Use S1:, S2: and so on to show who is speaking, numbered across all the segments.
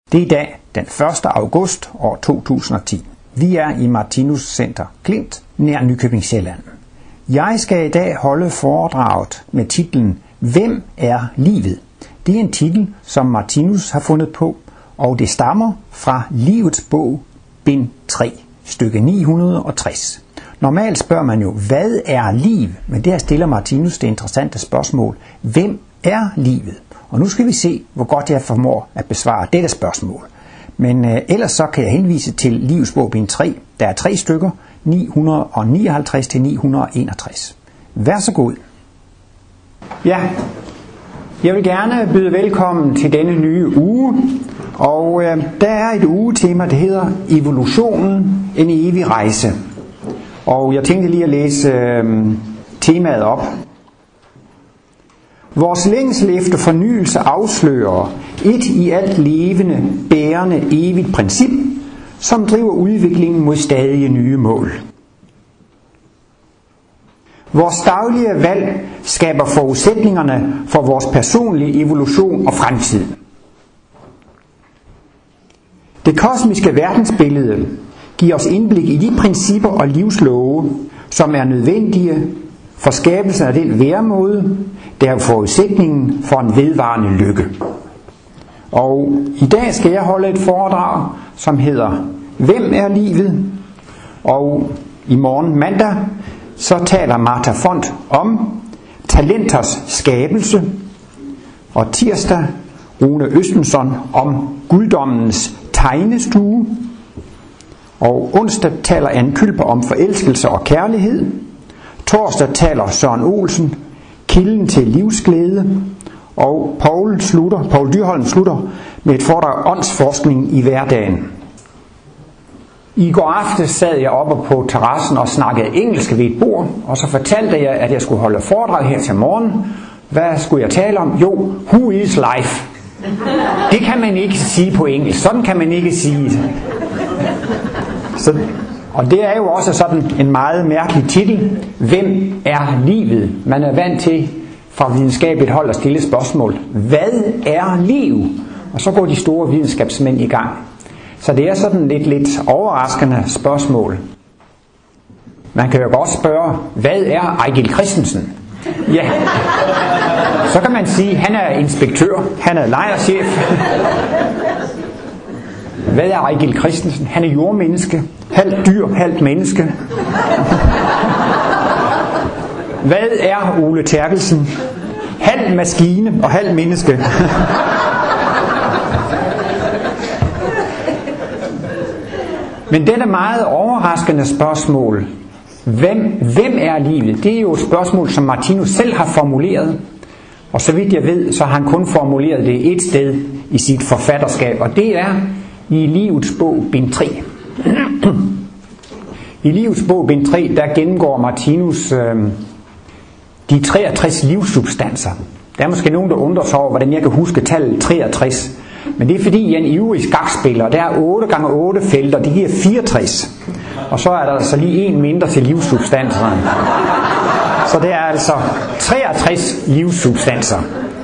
S1: Det er i dag den 1. august år 2010. Vi er i Martinus Center Klint, nær Nykøbing Sjælland. Jeg skal i dag holde foredraget med titlen Hvem er livet? Det er en titel, som Martinus har fundet på, og det stammer fra Livets bog, bind 3, stykke 960. Normalt spørger man jo, hvad er liv? Men der stiller Martinus det interessante spørgsmål, hvem er livet? Og nu skal vi se, hvor godt jeg formår at besvare dette spørgsmål. Men ellers så kan jeg henvise til Livets bog, bind 3. Der er 3 stykker, 959-961. Vær så god. Ja, jeg vil gerne byde velkommen til denne nye uge. Og der er et ugetema, der hedder Evolutionen, en evig rejse. Og jeg tænkte lige at læse temaet op. Vores længsel efter fornyelse afslører et i alt levende, bærende, evigt princip, som driver udviklingen mod stadige nye mål. Vores daglige valg skaber forudsætningerne for vores personlige evolution og fremtid. Det kosmiske verdensbillede giver os indblik i de principper og livslove, som er nødvendige for skabelsen af den væremåde, der er forudsætningen for en vedvarende lykke. Og i dag skal jeg holde et foredrag, som hedder Hvem er livet? Og i morgen mandag, så taler Martha Font om talenters skabelse, og tirsdag Rune Østensson om guddommens tegnestue, og onsdag taler Anne Kylper om forelskelse og kærlighed, torsdag taler Søren Olsen kilden til livsglæde, og Poul Dyrholm slutter med et foredrag åndsforskning i hverdagen. I går aftes sad jeg oppe på terrassen og snakkede engelsk ved et bord, og så fortalte jeg, at jeg skulle holde foredrag her til morgen. Hvad skulle jeg tale om? Jo, who is life? Det kan man ikke sige på engelsk. Sådan kan man ikke sige det. Og det er jo også sådan en meget mærkelig titel. Hvem er livet? Man er vant til fra videnskabeligt hold at stille spørgsmål. Hvad er liv? Og så går de store videnskabsmænd i gang. Så det er sådan lidt overraskende spørgsmål. Man kan jo godt spørge, hvad er Ejgil Christensen? Ja, så kan man sige, han er inspektør, han er lejrchef. Hvad er Ejgil Christensen? Han er jordmenneske, halvt dyr, halvt menneske. Hvad er Ole Terkelsen? Halv maskine og halv menneske. Men dette meget overraskende spørgsmål, hvem er livet? Det er jo et spørgsmål, som Martinus selv har formuleret. Og så vidt jeg ved, så har han kun formuleret det et sted i sit forfatterskab, og det er i Livets bog, bind 3. I Livets bog, bind 3, der gennemgår Martinus de 63 livssubstanser. Der er måske nogen, der undrer sig over, hvordan jeg kan huske tallet 63. Men det er fordi, jeg er en ivrig skakspiller. Der er 8 gange 8 felter, det giver 64. Og så er der altså lige en mindre til livssubstanserne. Så det er altså 63 livssubstanser.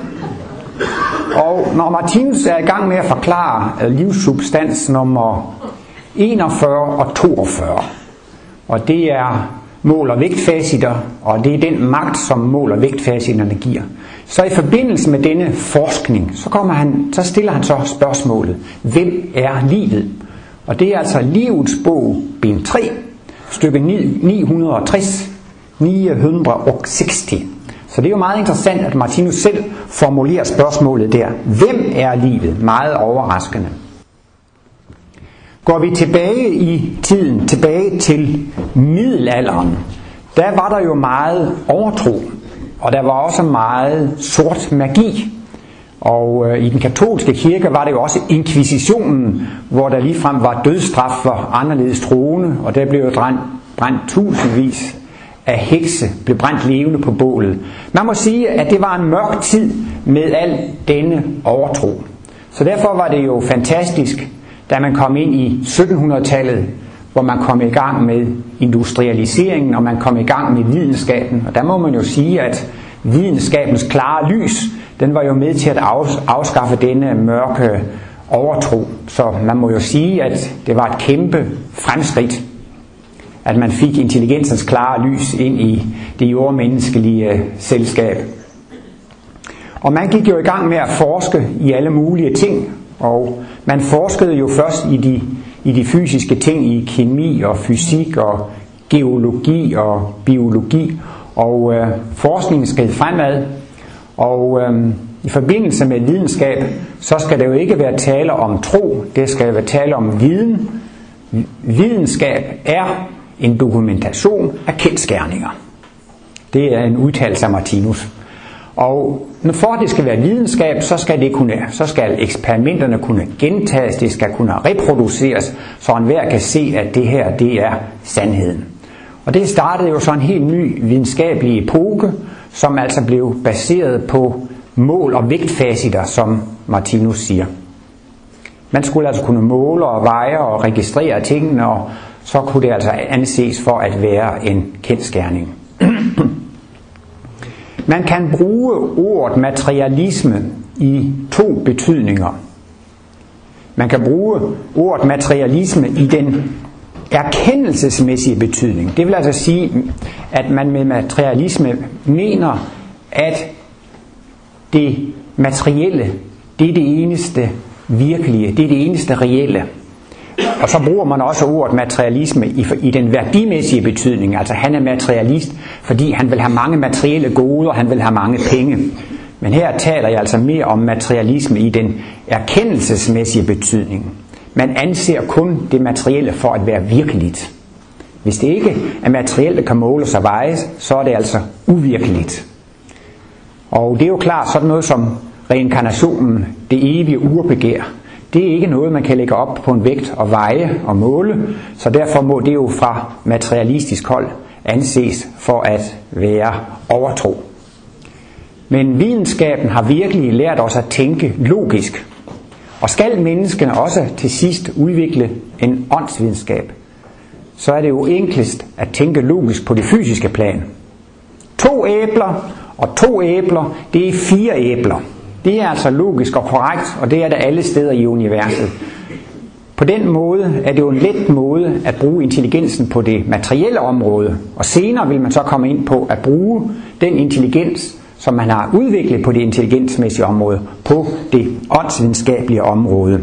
S1: Og når Martinus er i gang med at forklare livssubstans nummer 41 og 42, og det er mål- og vægtfaciter, og det er den magt, som mål- og vægtfaciterne giver. Så i forbindelse med denne forskning, så stiller han så spørgsmålet, hvem er livet? Og det er altså Livets bog, bind 3, stykke 960, 960. Så det er jo meget interessant, at Martinus selv formulerer spørgsmålet der. Hvem er livet? Meget overraskende. Går vi tilbage i tiden, tilbage til middelalderen, der var der jo meget overtro, og der var også meget sort magi. Og i den katolske kirke var det jo også inkvisitionen, hvor der ligefrem var dødsstraf for anderledes troende, og der blev jo brændt tusindvis af hekse, blev brændt levende på bålet. Man må sige, at det var en mørk tid med al denne overtro. Så derfor var det jo fantastisk, da man kom ind i 1700-tallet, hvor man kom i gang med industrialiseringen, og man kom i gang med videnskaben. Og der må man jo sige, at videnskabens klare lys, den var jo med til at afskaffe denne mørke overtro. Så man må jo sige, at det var et kæmpe fremskridt, at man fik intelligensens klare lys ind i det jordmenneskelige selskab. Og man gik jo i gang med at forske i alle mulige ting, og man forskede jo først i de fysiske ting, i kemi og fysik og geologi og biologi, og forskningen skred fremad, og i forbindelse med videnskab, så skal det jo ikke være tale om tro, det skal være tale om viden. Videnskab er en dokumentation af kendsgerninger. Det er en udtalelse af Martinus. Og for at det skal være videnskab, så skal eksperimenterne kunne gentages, det skal kunne reproduceres, så enhver kan se, at det her, det er sandheden. Og det startede jo så en helt ny videnskabelig epoke, som altså blev baseret på mål- og vægtfacitter, som Martinus siger. Man skulle altså kunne måle og veje og registrere tingene, og så kunne det altså anses for at være en kendsgerning. Man kan bruge ordet materialisme i to betydninger. Man kan bruge ordet materialisme i den erkendelsesmæssige betydning. Det vil altså sige, at man med materialisme mener, at det materielle, det er det eneste virkelige, det er det eneste reelle. Og så bruger man også ordet materialisme i den værdimæssige betydning. Altså han er materialist, fordi han vil have mange materielle goder, han vil have mange penge. Men her taler jeg altså mere om materialisme i den erkendelsesmæssige betydning. Man anser kun det materielle for at være virkeligt. Hvis det ikke er materielt, der kan måles og vejes, så er det altså uvirkeligt. Og det er jo klart sådan noget som reinkarnationen, det evige urbegær. Det er ikke noget, man kan lægge op på en vægt og veje og måle, så derfor må det jo fra materialistisk hold anses for at være overtro. Men videnskaben har virkelig lært os at tænke logisk. Og skal menneskene også til sidst udvikle en åndsvidenskab, så er det jo enklest at tænke logisk på det fysiske plan. 2 æbler og 2 æbler, det er 4 æbler. Det er altså logisk og korrekt, og det er det alle steder i universet. På den måde er det jo en let måde at bruge intelligensen på det materielle område, og senere vil man så komme ind på at bruge den intelligens, som man har udviklet på det intelligensmæssige område, på det åndsvidenskabelige område.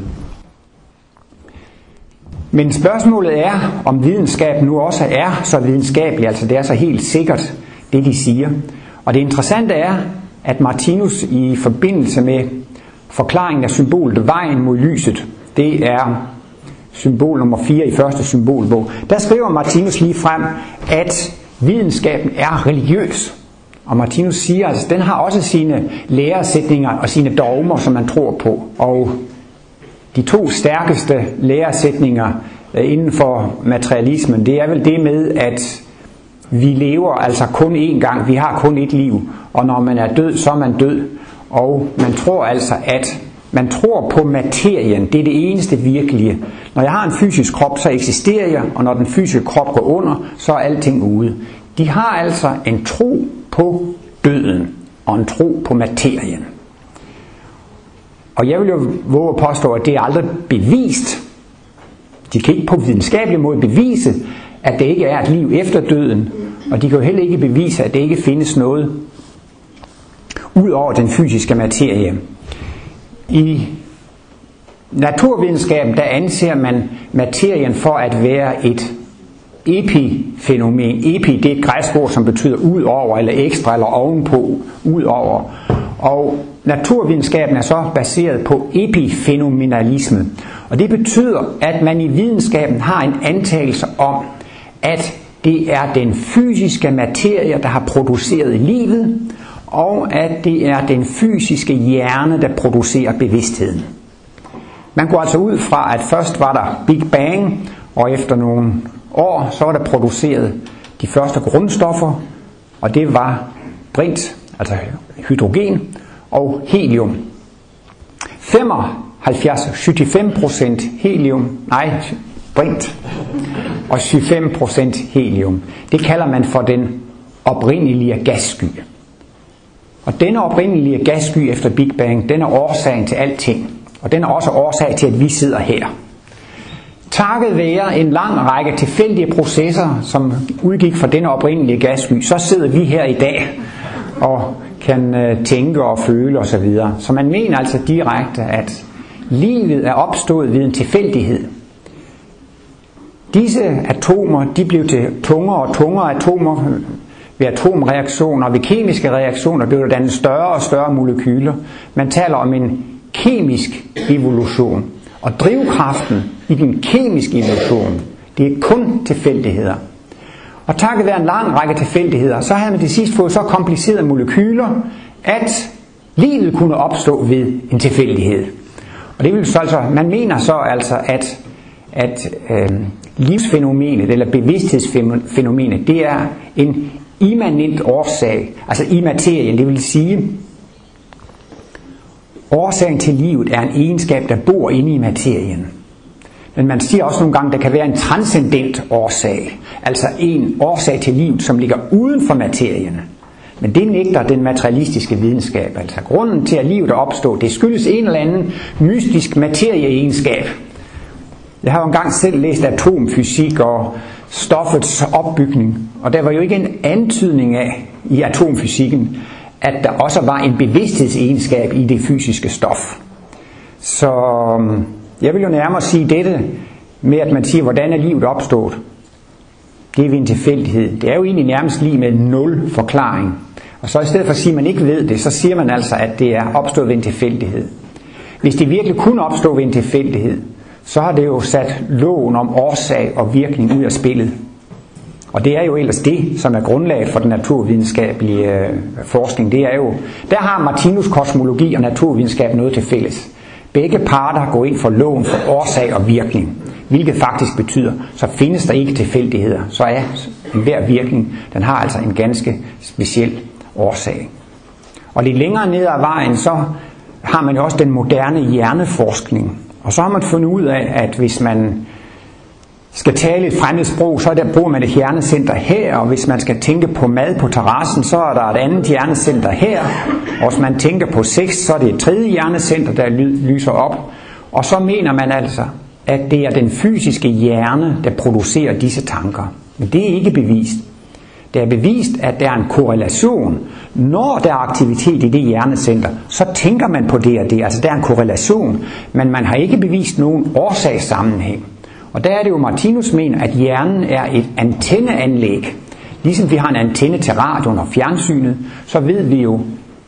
S1: Men spørgsmålet er, om videnskab nu også er så videnskabelig, altså det er så helt sikkert, det de siger. Og det interessante er, at Martinus i forbindelse med forklaringen af symbolet vejen mod lyset, det er symbol nummer 4 i første symbolbog, der skriver Martinus lige frem, at videnskaben er religiøs. Og Martinus siger, at den har også sine læresætninger og sine dogmer, som man tror på. Og de 2 stærkeste læresætninger inden for materialismen, det er vel det med, at vi lever altså kun én gang, vi har kun et liv, og når man er død, så er man død. Og man tror altså, at man tror på materien, det er det eneste virkelige. Når jeg har en fysisk krop, så eksisterer jeg, og når den fysiske krop går under, så er alting ude. De har altså en tro på døden, og en tro på materien. Og jeg vil jo våge at påstå, at det er aldrig bevist. De kan ikke på videnskabelig måde bevise, at det ikke er et liv efter døden, og de kan jo heller ikke bevise, at det ikke findes noget ud over den fysiske materie. I naturvidenskaben, der anser man materien for at være et epifænomen. Epi, det er et græsk ord, som betyder ud over, eller ekstra, eller ovenpå, ud over. Og naturvidenskaben er så baseret på epifænomenalisme. Og det betyder, at man i videnskaben har en antagelse om, at det er den fysiske materie, der har produceret livet, og at det er den fysiske hjerne, der producerer bevidstheden. Man går altså ud fra, at først var der Big Bang, og efter nogle år, så var der produceret de første grundstoffer, og det var brint, altså hydrogen, og helium. 75% helium, brint, og 75% helium. Det kalder man for den oprindelige gassky. Og denne oprindelige gassky efter Big Bang, den er årsagen til alting. Og den er også årsag til, at vi sidder her. Takket være en lang række tilfældige processer, som udgik fra denne oprindelige gassky, så sidder vi her i dag og kan tænke og føle osv. Så man mener altså direkte, at livet er opstået ved en tilfældighed. Disse atomer, de blev til tungere og tungere atomer ved atomreaktioner, og ved kemiske reaktioner blev der dannet større og større molekyler. Man taler om en kemisk evolution. Og drivkraften i den kemiske evolution, det er kun tilfældigheder. Og takket være en lang række tilfældigheder, så havde man til sidst fået så komplicerede molekyler, at livet kunne opstå ved en tilfældighed. Og det vil så altså, man mener så altså, at livsfænomenet eller bevidsthedsfænomenet, det er en immanent årsag, altså i materien, det vil sige, årsagen til livet er en egenskab, der bor inde i materien. Men man siger også nogle gange, at der kan være en transcendent årsag, altså en årsag til livet, som ligger uden for materien. Men det nægter den materialistiske videnskab. Altså grunden til, at livet er opstået, det skyldes en eller anden mystisk materieegenskab. Jeg har jo engang selv læst atomfysik og stoffets opbygning, og der var jo ikke en antydning af i atomfysikken, at der også var en bevidsthedsegenskab i det fysiske stof. Så jeg vil jo nærmere sige dette med, at man siger, hvordan er livet opstået? Det er ved en tilfældighed. Det er jo egentlig nærmest lige med 0 forklaring. Og så i stedet for at sige, at man ikke ved det, så siger man altså, at det er opstået ved en tilfældighed. Hvis det virkelig kunne opstå ved en tilfældighed, så har det jo sat loven om årsag og virkning ud af spillet. Og det er jo ellers det, som er grundlaget for den naturvidenskabelige forskning. Det er jo, der har Martinus kosmologi og naturvidenskab noget til fælles. Begge parter går ind for loven for årsag og virkning, hvilket faktisk betyder, så findes der ikke tilfældigheder. Så er enhver virkning, den har altså en ganske speciel årsag. Og lidt længere ned ad vejen, så har man jo også den moderne hjerneforskning. Og så har man fundet ud af, at hvis man skal tale et fremmed sprog, så bruger man et hjernecenter her, og hvis man skal tænke på mad på terrassen, så er der et andet hjernecenter her, og hvis man tænker på sex, så er det et tredje hjernecenter, der lyser op. Og så mener man altså, at det er den fysiske hjerne, der producerer disse tanker. Men det er ikke bevist. Det er bevist, at der er en korrelation. Når der er aktivitet i det hjernecenter, så tænker man på det og det. Altså der er en korrelation, men man har ikke bevist nogen årsagssammenhæng. Og der er det jo, Martinus mener, at hjernen er et antenneanlæg. Ligesom vi har en antenne til radioen og fjernsynet, så ved vi jo,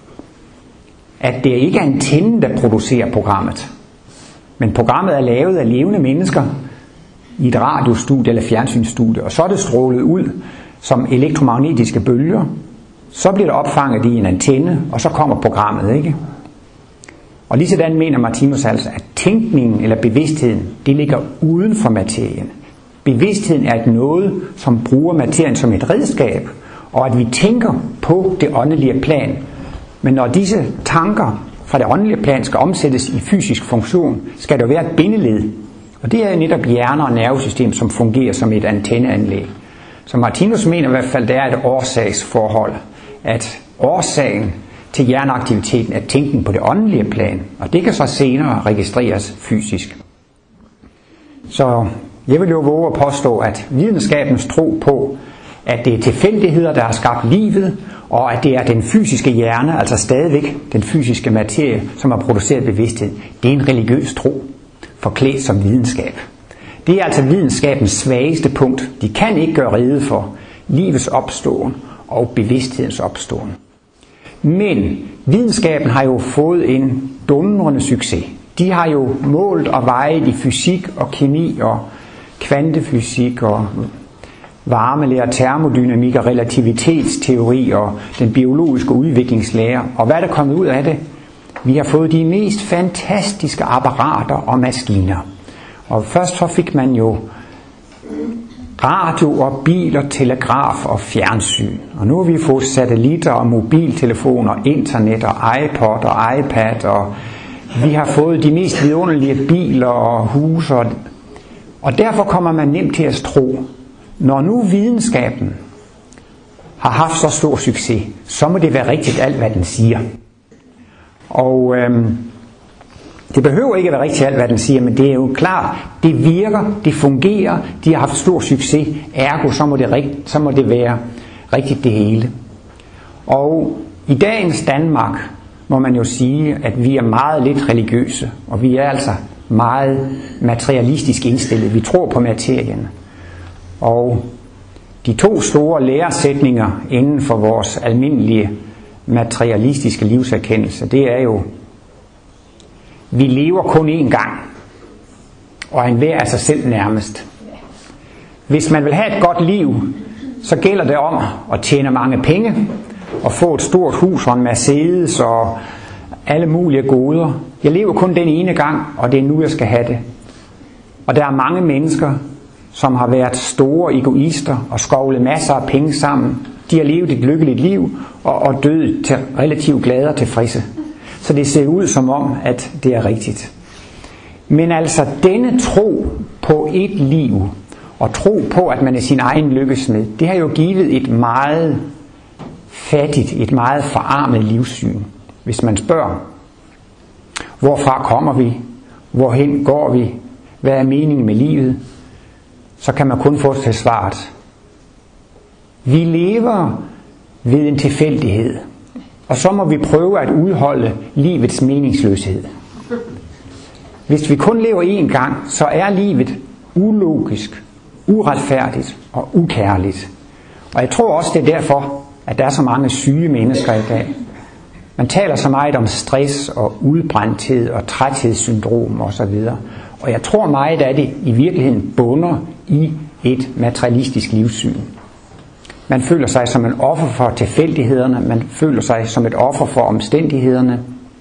S1: at det ikke er antennen, der producerer programmet. Men programmet er lavet af levende mennesker i et radiostudie eller fjernsynsstudie, og så er det strålet ud som elektromagnetiske bølger. Så bliver det opfanget i en antenne, og så kommer programmet, ikke? Og lige sådan mener Martinus altså, at tænkningen eller bevidstheden, det ligger uden for materien. Bevidstheden er et noget, som bruger materien som et redskab, og at vi tænker på det åndelige plan. Men når disse tanker fra det åndelige plan skal omsættes i fysisk funktion, skal der være et bindeled. Og det er netop hjerne- og nervesystem, som fungerer som et antenneanlæg. Så Martinus mener i hvert fald, der er et årsagsforhold, at årsagen til hjerneaktiviteten er tænken på det åndelige plan, og det kan så senere registreres fysisk. Så jeg vil jo våge at påstå, at videnskabens tro på, at det er tilfældigheder, der har skabt livet, og at det er den fysiske hjerne, altså stadigvæk den fysiske materie, som har produceret bevidsthed, det er en religiøs tro, forklædt som videnskab. Det er altså videnskabens svageste punkt. De kan ikke gøre rede for livets opståen og bevidsthedens opståen. Men videnskaben har jo fået en dundrende succes. De har jo målt og vejet i fysik og kemi og kvantefysik og varmelære, termodynamik og relativitetsteori og den biologiske udviklingslære. Og hvad er der kommet ud af det? Vi har fået de mest fantastiske apparater og maskiner. Og først så fik man jo radio og biler, telegraf og fjernsyn. Og nu har vi fået satellitter og mobiltelefoner, internet og iPod og iPad, og vi har fået de mest vidunderlige biler og huse. Og derfor kommer man nemt til at tro, når nu videnskaben har haft så stor succes, så må det være rigtigt alt, hvad den siger. Og Det behøver ikke at være rigtigt alt, hvad den siger, men det er jo klart, det virker, det fungerer, de har haft stor succes, ergo så må det være rigtigt det hele. Og i dagens Danmark må man jo sige, at vi er meget lidt religiøse, og vi er altså meget materialistisk indstillet. Vi tror på materien. Og de to store læresætninger inden for vores almindelige materialistiske livserkendelse, det er jo, vi lever kun én gang, og enhver er sig selv nærmest. Hvis man vil have et godt liv, så gælder det om at tjene mange penge, og få et stort hus og en Mercedes og alle mulige goder. Jeg lever kun den ene gang, og det er nu, jeg skal have det. Og der er mange mennesker, som har været store egoister og skovlet masser af penge sammen. De har levet et lykkeligt liv og døde til relativt glade og tilfredse. Så det ser ud som om, at det er rigtigt. Men altså denne tro på et liv, og tro på, at man er sin egen lykkesmed, det har jo givet et meget fattigt, et meget forarmet livssyn. Hvis man spørger, hvorfra kommer vi, hvorhen går vi, hvad er meningen med livet, så kan man kun få til svaret. Vi lever ved en tilfældighed, og så må vi prøve at udholde livets meningsløshed. Hvis vi kun lever én gang, så er livet ulogisk, uretfærdigt og ukærligt. Og jeg tror også, det er derfor, at der er så mange syge mennesker i dag. Man taler så meget om stress og udbrændthed og træthedssyndrom osv. Og jeg tror meget af det i virkeligheden bunder i et materialistisk livssyn. Man føler sig som en offer for tilfældighederne. Man føler sig som et offer for omstændighederne.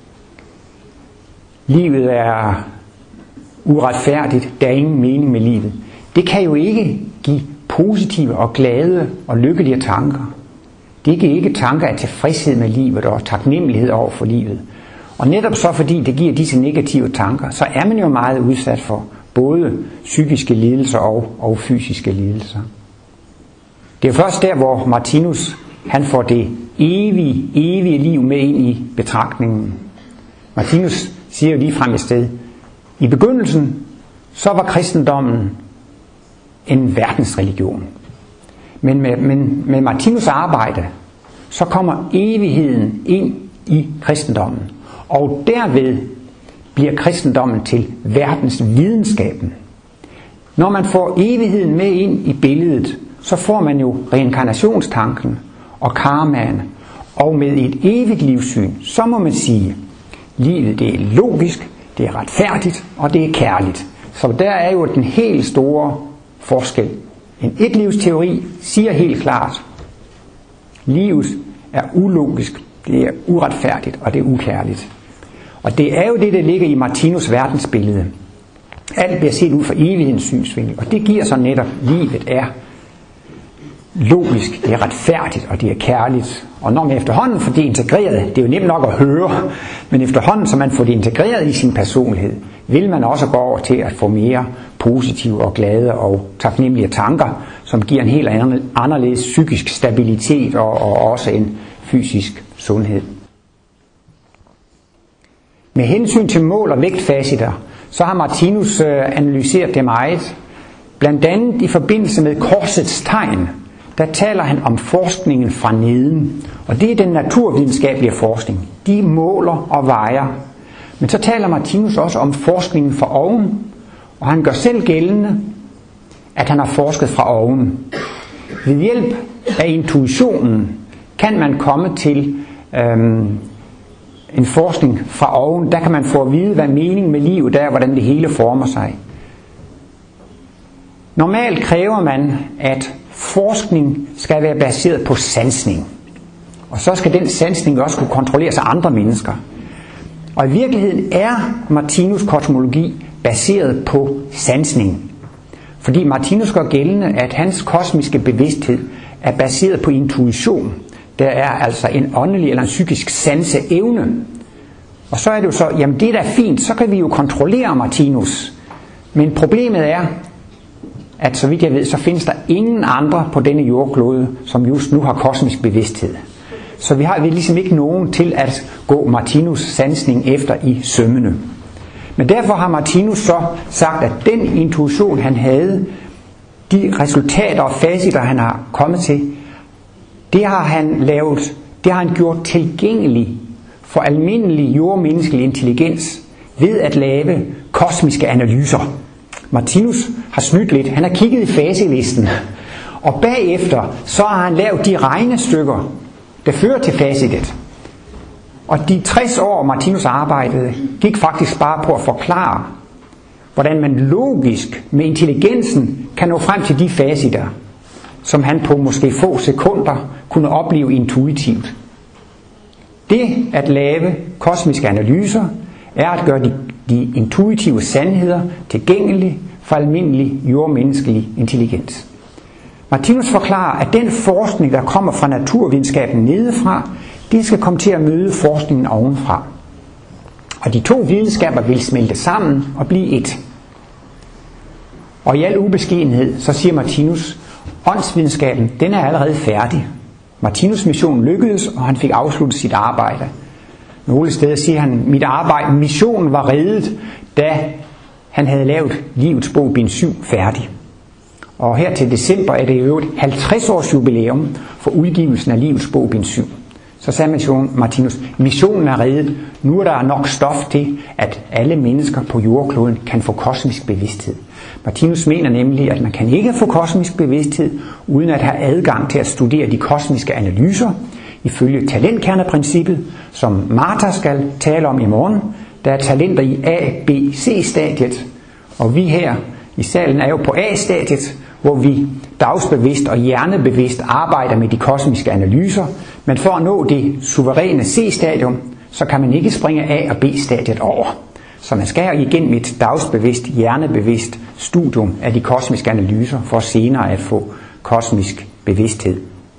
S1: Livet er uretfærdigt. Der er ingen mening med livet. Det kan jo ikke give positive og glade og lykkelige tanker. Det giver ikke tanker af tilfredshed med livet og taknemmelighed over for livet. Og netop så fordi det giver disse negative tanker, så er man jo meget udsat for både psykiske lidelser og fysiske lidelser. Det er først der, hvor Martinus han får det evige liv med ind i betragtningen. Martinus siger jo lige frem et sted, i begyndelsen så var kristendommen en verdensreligion. Men med Martinus' arbejde, så kommer evigheden ind i kristendommen. Og derved bliver kristendommen til verdensvidenskaben. Når man får evigheden med ind i billedet, så får man jo reinkarnationstanken og karmaen. Og med et evigt livssyn, så må man sige, livet det er logisk, det er retfærdigt og det er kærligt. Så der er jo den helt store forskel. En etlivsteori siger helt klart, livet er ulogisk, det er uretfærdigt og det er ukærligt. Og det er jo det, der ligger i Martinus' verdensbillede. Alt bliver set ud fra evighedens synsvinkel, og det giver så netop, livet er logisk, det er retfærdigt og det er kærligt. Og når man efterhånden får det integreret, det er jo nemt nok at høre, men efterhånden, så man får det integreret i sin personlighed, vil man også gå over til at få mere positive og glade og taknemmelige tanker, som giver en helt anderledes psykisk stabilitet og også en fysisk sundhed. Med hensyn til mål og vægtfacitter, så har Martinus analyseret det meget. Blandt andet i forbindelse med korsets tegn, der taler han om forskningen fra neden. Og det er den naturvidenskabelige forskning. De måler og vejer. Men så taler Martinus også om forskningen fra oven. Og han gør selv gældende, at han har forsket fra oven. Ved hjælp af intuitionen kan man komme til en forskning fra oven. Der kan man få at vide, hvad meningen med livet er, hvordan det hele former sig. Normalt kræver man, at forskning skal være baseret på sansning. Og så skal den sansning også kunne kontrolleres af andre mennesker. Og i virkeligheden er Martinus' kosmologi baseret på sansning. Fordi Martinus gør gældende, at hans kosmiske bevidsthed er baseret på intuition. Der er altså en åndelig eller en psykisk sanseevne. Og så er det jo så, jamen det er da fint, så kan vi jo kontrollere Martinus. Men problemet er, at så vidt jeg ved, så findes der ingen andre på denne jordklode, som just nu har kosmisk bevidsthed. Så vi har ligesom ikke nogen til at gå Martinus' sansning efter i sømmene. Men derfor har Martinus så sagt, at den intuition, han havde, de resultater og facitter, han har kommet til, det har han gjort tilgængeligt for almindelig jordmenneskelig intelligens ved at lave kosmiske analyser. Martinus har snydt lidt. Han har kigget i faselisten, og bagefter så har han lavet de regnestykker, der fører til facitet. Og de 60 år Martinus arbejdede, gik faktisk bare på at forklare, hvordan man logisk med intelligensen kan nå frem til de facitter, som han på måske få sekunder kunne opleve intuitivt. Det at lave kosmiske analyser er at gøre de intuitive sandheder tilgængelige for almindelig jordmenneskelig intelligens. Martinus forklarer, at den forskning, der kommer fra naturvidenskaben nedefra, det skal komme til at møde forskningen ovenfra. Og de to videnskaber vil smelte sammen og blive et. Og i al ubeskedenhed, så siger Martinus, åndsvidenskaben, den er allerede færdig. Martinus' mission lykkedes, og han fik afsluttet sit arbejde. Nogle steder siger han, missionen var reddet, da han havde lavet Livets bog, bind 7, færdig. Og her til december er det jo et 50 års jubilæum for udgivelsen af Livets bog, bind 7. Så sagde Martinus, missionen er reddet, nu er der nok stof til, at alle mennesker på jordkloden kan få kosmisk bevidsthed. Martinus mener nemlig, at man kan ikke få kosmisk bevidsthed, uden at have adgang til at studere de kosmiske analyser, ifølge talentkerneprincippet, som Martha skal tale om i morgen. Der er talenter i A, B, C-stadiet, og vi her i salen er jo på A-stadiet, hvor vi dagsbevidst og hjernebevidst arbejder med de kosmiske analyser, men for at nå det suveræne C-stadium, så kan man ikke springe A- og B-stadiet over. Så man skal igennem et dagsbevidst, hjernebevidst studium af de kosmiske analyser, for senere at få kosmisk bevidsthed.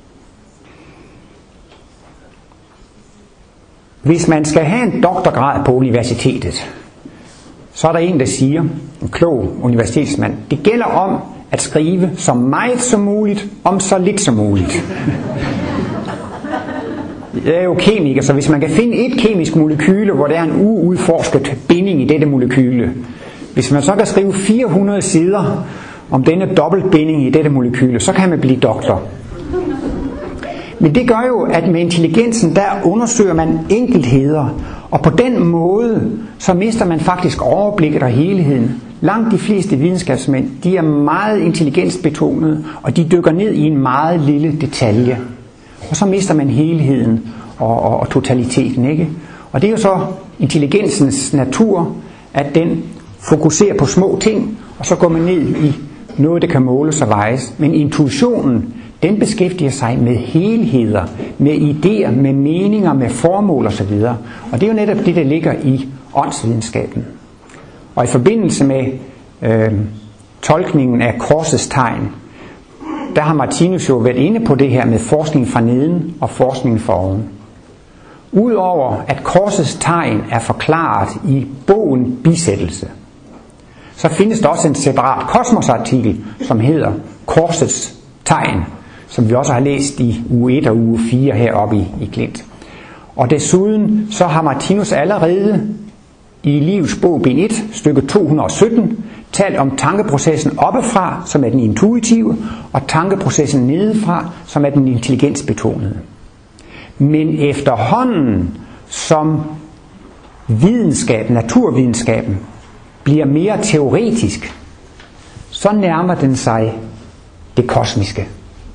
S1: Hvis man skal have en doktorgrad på universitetet, så er der en, der siger, en klog universitetsmand, det gælder om at skrive så meget som muligt, om så lidt som muligt. Jeg er jo kemiker, så hvis man kan finde et kemisk molekyle, hvor der er en uudforsket binding i dette molekyle, hvis man så kan skrive 400 sider om denne dobbeltbinding i dette molekyle, så kan man blive doktor. Men det gør jo, at med intelligensen, der undersøger man enkeltheder, og på den måde, så mister man faktisk overblikket og helheden. Langt de fleste videnskabsmænd, de er meget intelligensbetonede, og de dykker ned i en meget lille detalje. Og så mister man helheden og totaliteten, ikke? Og det er jo så intelligensens natur, at den fokuserer på små ting, og så går man ned i noget, der kan måles og vejes. Men intuitionen, den beskæftiger sig med helheder, med idéer, med meninger, med formål osv. Og det er jo netop det, der ligger i åndsvidenskaben. Og i forbindelse med tolkningen af korsets tegn, der har Martinus jo været inde på det her med forskning fra neden og forskning fra oven. Udover at korsets tegn er forklaret i bogen Bisættelse, så findes der også en separat kosmosartikel, som hedder Korsets tegn, som vi også har læst i uge 1 og uge 4 heroppe i Klint. Og desuden så har Martinus allerede i Livets bog, bind 1, stykke 217, talt om tankeprocessen oppefra, som er den intuitive, og tankeprocessen nedefra, som er den intelligensbetonede. Men efterhånden, som videnskaben, naturvidenskaben, bliver mere teoretisk, så nærmer den sig det kosmiske.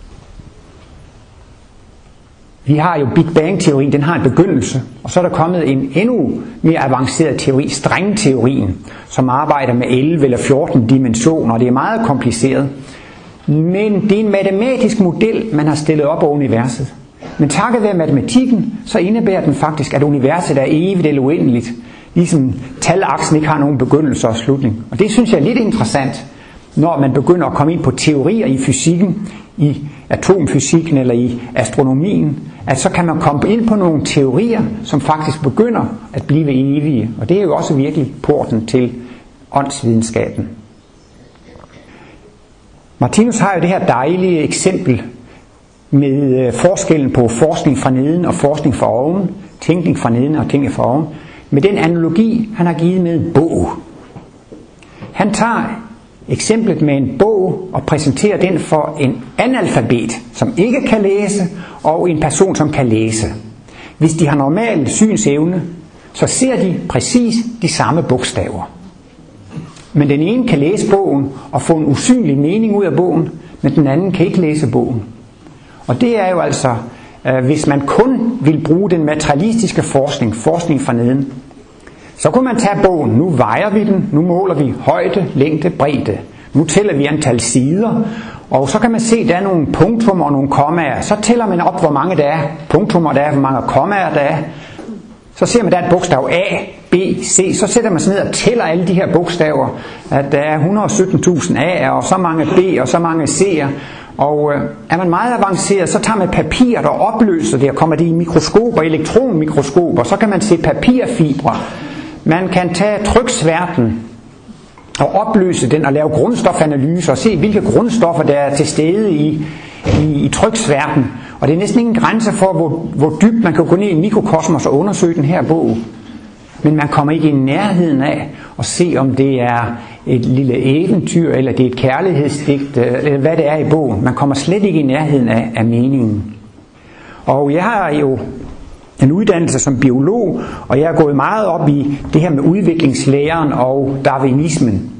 S1: Vi har jo Big Bang-teorien, den har en begyndelse, og så er der kommet en endnu mere avanceret teori, stringteorien, som arbejder med 11 eller 14 dimensioner, og det er meget kompliceret. Men det er en matematisk model, man har stillet op over universet. Men takket være matematikken, så indebærer den faktisk, at universet er evigt eller uendeligt, ligesom talaksen ikke har nogen begyndelse og slutning. Og det synes jeg er lidt interessant, når man begynder at komme ind på teorier i fysikken, i atomfysikken eller i astronomien, at så kan man komme ind på nogle teorier, som faktisk begynder at blive evige. Og det er jo også virkelig porten til åndsvidenskaben. Martinus har jo det her dejlige eksempel med forskellen på forskning fra neden og forskning fra oven, tænkning fra neden og tænkning fra oven. med den analogi, han har givet med en bog. Han tager eksemplet med en bog og præsenterer den for en analfabet, som ikke kan læse, og en person, som kan læse. Hvis de har normal synsevne, så ser de præcis de samme bogstaver. Men den ene kan læse bogen og få en usynlig mening ud af bogen, men den anden kan ikke læse bogen. Og det er jo altså, hvis man kun vil bruge den materialistiske forskning fra neden, så kunne man tage bogen, nu vejer vi den, nu måler vi højde, længde, bredde. Nu tæller vi antal sider, og så kan man se, at der er nogle punktummer og nogle kommaer. Så tæller man op, hvor mange der er punktummer der er, hvor mange kommaer der er. Så ser man, at der er et bogstav A, B, C. Så sætter man sig ned og tæller alle de her bogstaver. At der er 117.000 A'er, og så mange B, og så mange C'er. Og er man meget avanceret, så tager man papiret og opløser det, og kommer det i mikroskoper, elektronmikroskoper. Så kan man se papirfibre. Man kan tage tryksværten og opløse den og lave grundstofanalyser og se, hvilke grundstoffer der er til stede i tryksværten. Og det er næsten ingen grænse for, hvor dybt man kan gå ned i mikrokosmos og undersøge den her bog. Men man kommer ikke i nærheden af at se, om det er et lille eventyr, eller det er et kærlighedsdigt, eller hvad det er i bogen. Man kommer slet ikke i nærheden af meningen. Og jeg har jo en uddannelse som biolog, og jeg er gået meget op i det her med udviklingslæren og darwinismen.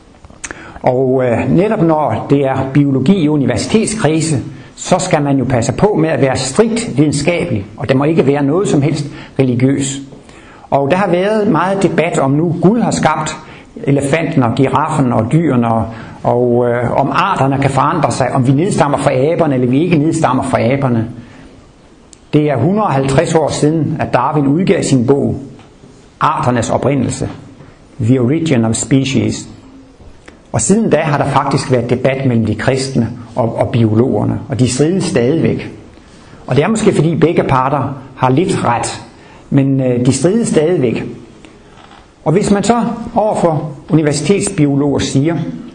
S1: Og netop når det er biologi i universitetskrise, så skal man jo passe på med at være strikt videnskabelig, og der må ikke være noget som helst religiøs. Og der har været meget debat om nu Gud har skabt elefanten og giraffen og dyrene, og om arterne kan forandre sig, om vi nedstammer fra aberne eller vi ikke nedstammer fra aberne. Det er 150 år siden, at Darwin udgav sin bog, Arternes oprindelse, The Origin of Species. Og siden da har der faktisk været debat mellem de kristne og biologerne, og de strides stadigvæk. Og det er måske fordi begge parter har lidt ret, men de strides stadigvæk. Og hvis man så overfor universitetsbiologer siger,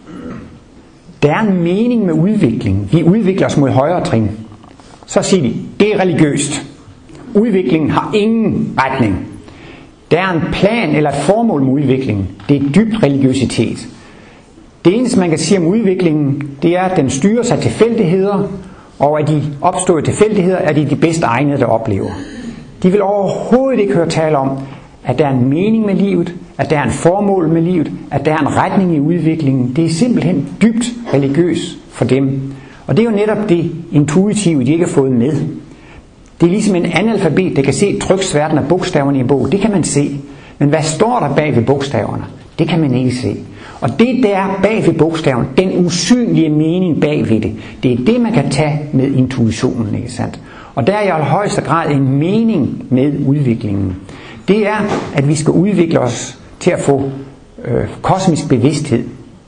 S1: der er en mening med udvikling, vi udvikler os mod højere trin, så siger de, det er religiøst. Udviklingen har ingen retning. Der er en plan eller et formål med udviklingen. Det er dybt religiøsitet. Det eneste man kan sige om udviklingen, det er at den styrer sig tilfældigheder, og at de opståede tilfældigheder er de bedste egnede, der oplever. De vil overhovedet ikke høre tale om, at der er en mening med livet, at der er en formål med livet, at der er en retning i udviklingen. Det er simpelthen dybt religiøst for dem. Og det er jo netop det intuitive, de ikke har fået med. Det er ligesom en analfabet, der kan se tryksværten af bogstaverne i en bog. Det kan man se. Men hvad står der bag ved bogstaverne? Det kan man ikke se. Og det der er bag ved bogstaverne, den usynlige mening bag ved det, det er det, man kan tage med intuitionen, ikke sandt? Og der er i allerhøjeste grad en mening med udviklingen. Det er, at vi skal udvikle os til at få kosmisk bevidsthed.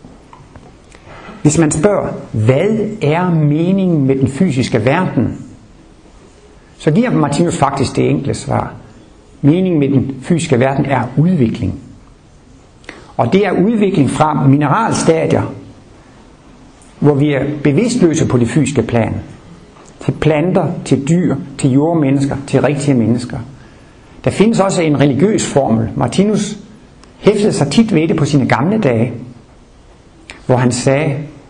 S1: Hvis man spørger, hvad er meningen med den fysiske verden? Så giver Martinus faktisk det enkle svar. Meningen med den fysiske verden er udvikling. Og det er udvikling fra mineralstadier, hvor vi er bevidstløse på det fysiske plan, til planter, til dyr, til jordmennesker, til rigtige mennesker. Der findes også en religiøs formel. Martinus hæftede sig tit ved det på sine gamle dage, hvor han sagde,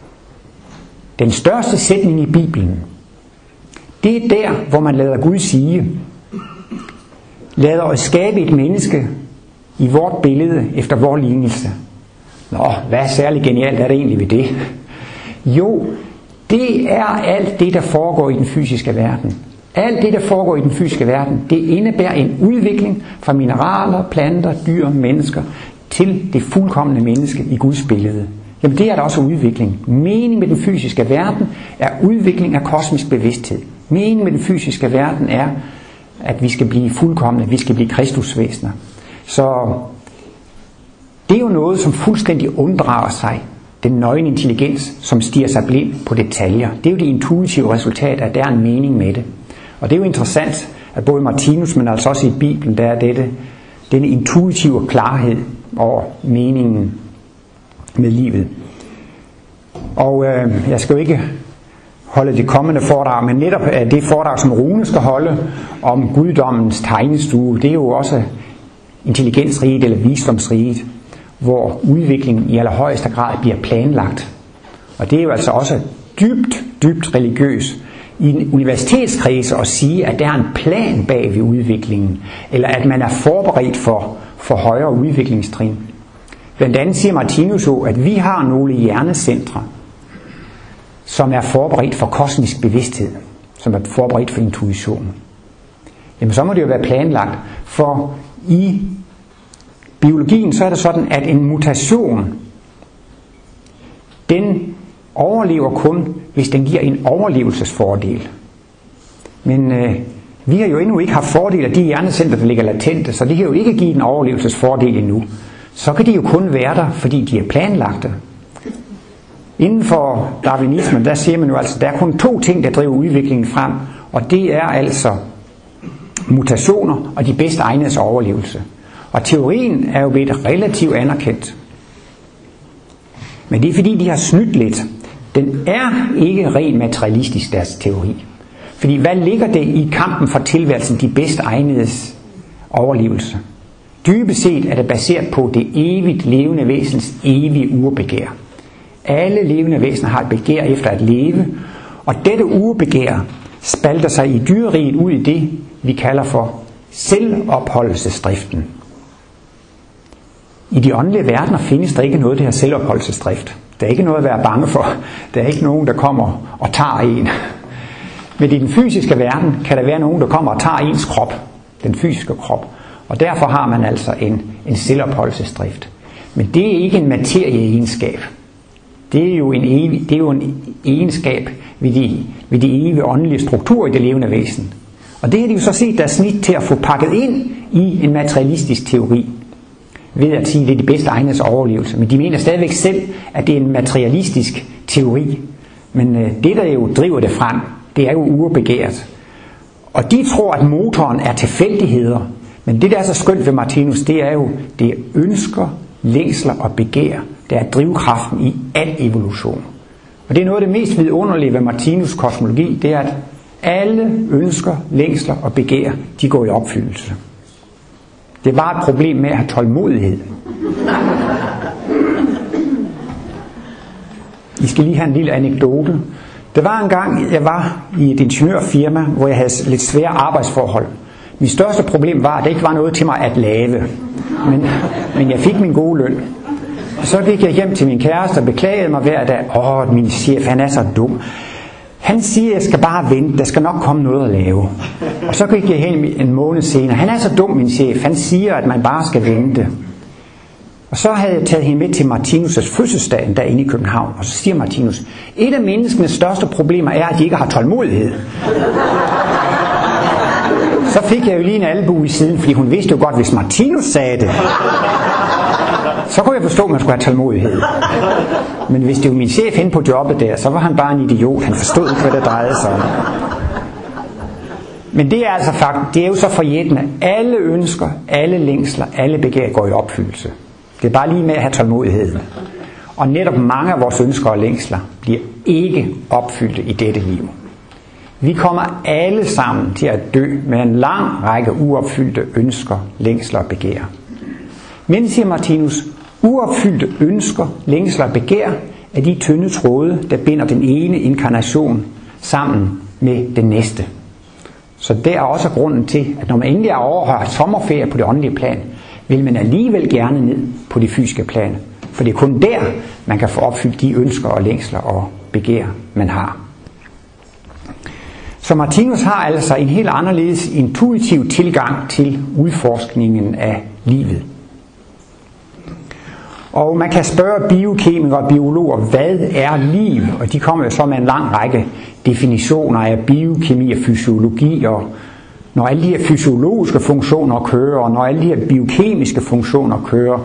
S1: den største sætning i Bibelen, det er der, hvor man lader Gud sige, lader os skabe et menneske i vort billede efter vor lignelse. Nå, hvad er særlig genialt er det egentlig ved det? Jo, det er alt det, der foregår i den fysiske verden. Alt det, der foregår i den fysiske verden, det indebærer en udvikling fra mineraler, planter, dyr, mennesker til det fuldkomne menneske i Guds billede. Jamen det er der også udvikling. Meningen med den fysiske verden er udvikling af kosmisk bevidsthed. Meningen med den fysiske verden er, at vi skal blive fuldkomne, vi skal blive kristusvæsener. Så det er jo noget, som fuldstændig unddrager sig den nøgne intelligens, som stiger sig blind på detaljer. Det er jo det intuitive resultat, at der er en mening med det. Og det er jo interessant, at både Martinus, men altså også i Bibelen, der er denne intuitive klarhed over meningen med livet. Og jeg skal jo ikke holde det kommende foredrag, men netop det foredrag, som Rune skal holde om guddommens tegnestue, det er jo også intelligensriget eller visdomsriget, hvor udviklingen i allerhøjeste grad bliver planlagt. Og det er jo altså også dybt religiøs i en universitetskrise at sige, at der er en plan bag ved udviklingen, eller at man er forberedt for højere udviklingstrin. Blandt andet siger Martinus jo, at vi har nogle hjernecentre, som er forberedt for kosmisk bevidsthed, som er forberedt for intuition. Jamen så må det jo være planlagt, for i biologien så er det sådan, at en mutation, den overlever kun, hvis den giver en overlevelsesfordel. Men vi har jo endnu ikke haft fordel af de hjernecentre, der ligger latente, så det kan jo ikke give en overlevelsesfordel endnu. Så kan de jo kun være der, fordi de er planlagte. Inden for darwinismen, der siger man jo altså, der er kun 2 ting, der driver udviklingen frem, og det er altså mutationer og de bedste egnedes overlevelse. Og teorien er jo blevet relativt anerkendt. Men det er fordi, de har snydt lidt. Den er ikke rent materialistisk, deres teori. Fordi hvad ligger det i kampen for tilværelsen, de bedste egnedes overlevelse? Dybest set er det baseret på det evigt levende væsens evige urbegær. Alle levende væsener har et begær efter at leve, og dette urbegær spalter sig i dyreriget ud i det, vi kalder for selvopholdelsesdriften. I de åndelige verdener findes der ikke noget, der her selvopholdelsesdrift. Der er ikke noget at være bange for. Der er ikke nogen, der kommer og tager en. Men i den fysiske verden kan der være nogen, der kommer og tager ens krop, den fysiske krop. Og derfor har man altså en selvopholdelsesdrift. Men det er ikke en materieegenskab. Det er jo en egenskab ved de evige åndelige strukturer i det levende væsen. Og det har de jo så set der snit til at få pakket ind i en materialistisk teori, ved at sige, at det er de bedste egnedes overlevelse. Men de mener stadigvæk selv, at det er en materialistisk teori. Men det, der jo driver det frem, det er jo urbegæret. Og de tror, at motoren er tilfældigheder. Men det, der er så skønt ved Martinus, det er jo, det er ønsker, længsler og begær, der er drivkraften i al evolution. Og det er noget af det mest vidunderlige ved Martinus' kosmologi, det er, at alle ønsker, længsler og begær, de går i opfyldelse. Det er bare et problem med at have tålmodighed. I skal lige have en lille anekdote. Der var en gang, jeg var i et ingeniørfirma, hvor jeg havde lidt svære arbejdsforhold. Mit største problem var, at der ikke var noget til mig at lave. Men jeg fik min gode løn. Så gik jeg hjem til min kæreste og beklagede mig hver dag. Min chef, han er så dum. Han siger, at jeg skal bare vente, der skal nok komme noget at lave. Og så gik jeg hen en måned senere. Han er så dum, min chef. Han siger, at man bare skal vente. Og så havde jeg taget hende med til Martinus' fødselsdag derinde i København. Og så siger Martinus, et af menneskenes største problemer er, at de ikke har tålmodighed. Så fik jeg jo lige en albue i siden, fordi hun vidste jo godt, hvis Martinus sagde det, så kunne jeg forstå, at man skulle have tålmodighed. Men hvis det var min chef hen på jobbet der, så var han bare en idiot. Han forstod ikke, hvad det drejede sig om. Men det er altså faktisk, det er jo så forjættende. Alle ønsker, alle længsler, alle begær går i opfyldelse. Det er bare lige med at have tålmodighed. Og netop mange af vores ønsker og længsler bliver ikke opfyldte i dette liv. Vi kommer alle sammen til at dø med en lang række uopfyldte ønsker, længsler og begær. Men, siger Martinus, uopfyldte ønsker, længsler og begær er de tynde tråde, der binder den ene inkarnation sammen med den næste. Så det er også grunden til, at når man endelig er overhørt sommerferie på det åndelige plan, vil man alligevel gerne ned på det fysiske plan. For det er kun der, man kan få opfyldt de ønsker og længsler og begær, man har. Så Martinus har altså en helt anderledes intuitiv tilgang til udforskningen af livet. Og man kan spørge biokemikere og biologer, hvad er liv? Og de kommer jo så med en lang række definitioner af biokemi og fysiologi. Og når alle de her fysiologiske funktioner kører, og når alle de her biokemiske funktioner kører,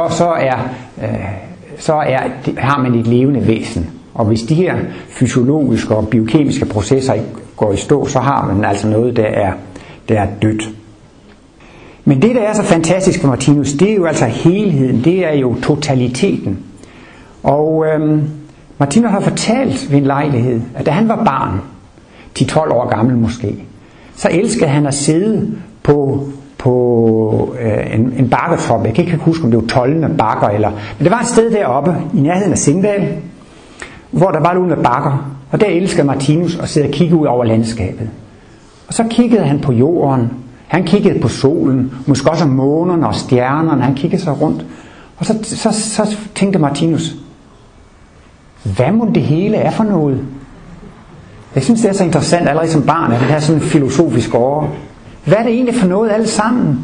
S1: har man et levende væsen. Og hvis de her fysiologiske og biokemiske processer går i stå, så har man altså noget, der er dødt. Men det, der er så fantastisk for Martinus, det er jo altså helheden, det er jo totaliteten. Og Martinus har fortalt ved en lejlighed, at da han var barn, 10-12 år gammel måske, så elskede han at sidde på på en bakketop. Jeg kan ikke huske, om det var Tollende bakker, men det var et sted deroppe i nærheden af Sindal, hvor der var nogle bakker, og der elskede Martinus at sidde og kigge ud over landskabet. Og så kiggede han på jorden, han kiggede på solen, måske også månerne og stjernerne, han kiggede sig rundt. Og så tænkte Martinus, hvad må det hele er for noget? Jeg synes, det er så interessant allerede som barn, at det her sådan filosofisk over. Hvad er det egentlig for noget alle sammen?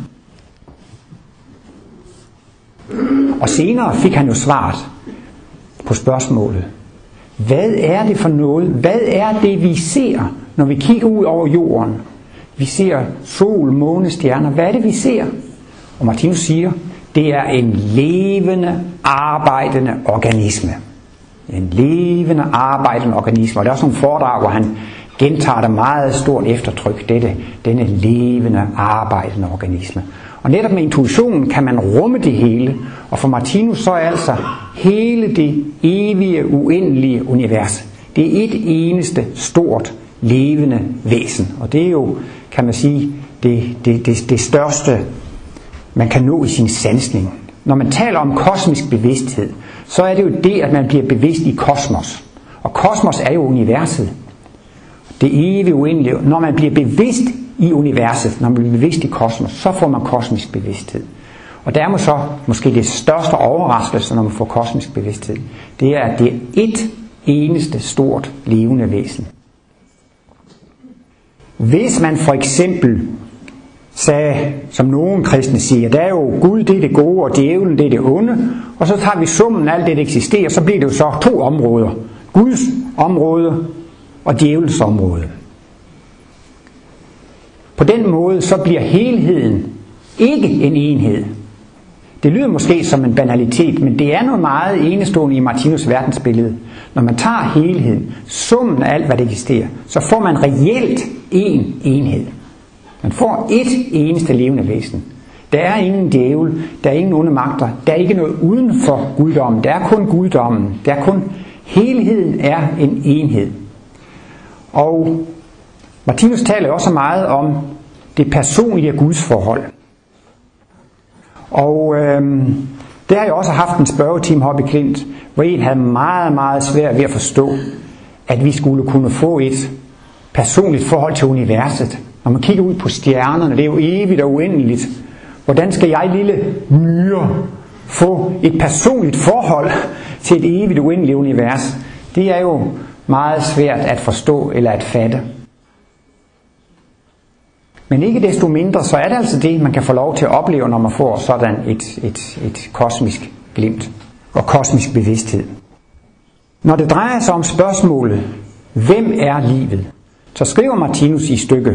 S1: Og senere fik han jo svaret på spørgsmålet. Hvad er det for noget? Hvad er det, vi ser, når vi kigger ud over jorden? Vi ser sol, måne, stjerner. Hvad er det, vi ser? Og Martinus siger, det er en levende, arbejdende organisme. En levende, arbejdende organisme. Og der er også nogle foredrag, hvor han gentager det meget stort eftertryk, denne levende, arbejdende organisme. Og netop med intuitionen kan man rumme det hele, og for Martinus så er altså hele det evige, uendelige univers. Det er et eneste stort, levende væsen. Og det er jo, kan man sige, det største, man kan nå i sin sansning. Når man taler om kosmisk bevidsthed, så er det jo det, at man bliver bevidst i kosmos. Og kosmos er jo universet. Det evige, uendelige. Når man bliver bevidst i universet, når man bliver bevidst i kosmos, så får man kosmisk bevidsthed. Og der er så måske det største overraskelse, når man får kosmisk bevidsthed. Det er, at det er et eneste stort levende væsen. Hvis man for eksempel sagde, som nogle kristne siger, der er jo Gud, det er det gode, og djævlen, det er det onde, og så tager vi summen af alt det, der eksisterer, så bliver det jo så to områder. Guds område og djævelens område. På den måde så bliver helheden ikke en enhed. Det lyder måske som en banalitet, men det er noget meget enestående i Martinus' verdensbillede. Når man tager helheden, summen af alt, hvad der eksisterer, så får man reelt en enhed. Man får et eneste levende væsen. Der er ingen djævel, der er ingen onde magter, der er ikke noget uden for guddommen, der er kun guddommen, der er kun helheden er en enhed. Og Martinus taler også meget om det personlige gudsforhold. Og det har jeg også haft en spørgetime heroppe i Klint, hvor en havde meget, meget svært ved at forstå, at vi skulle kunne få et personligt forhold til universet. Når man kigger ud på stjernerne, det er jo evigt og uendeligt. Hvordan skal jeg, lille myre, få et personligt forhold til et evigt uendeligt univers? Det er jo meget svært at forstå eller at fatte. Men ikke desto mindre, så er det altså det, man kan få lov til at opleve, når man får sådan et kosmisk glimt og kosmisk bevidsthed. Når det drejer sig om spørgsmålet, hvem er livet? Så skriver Martinus i stykke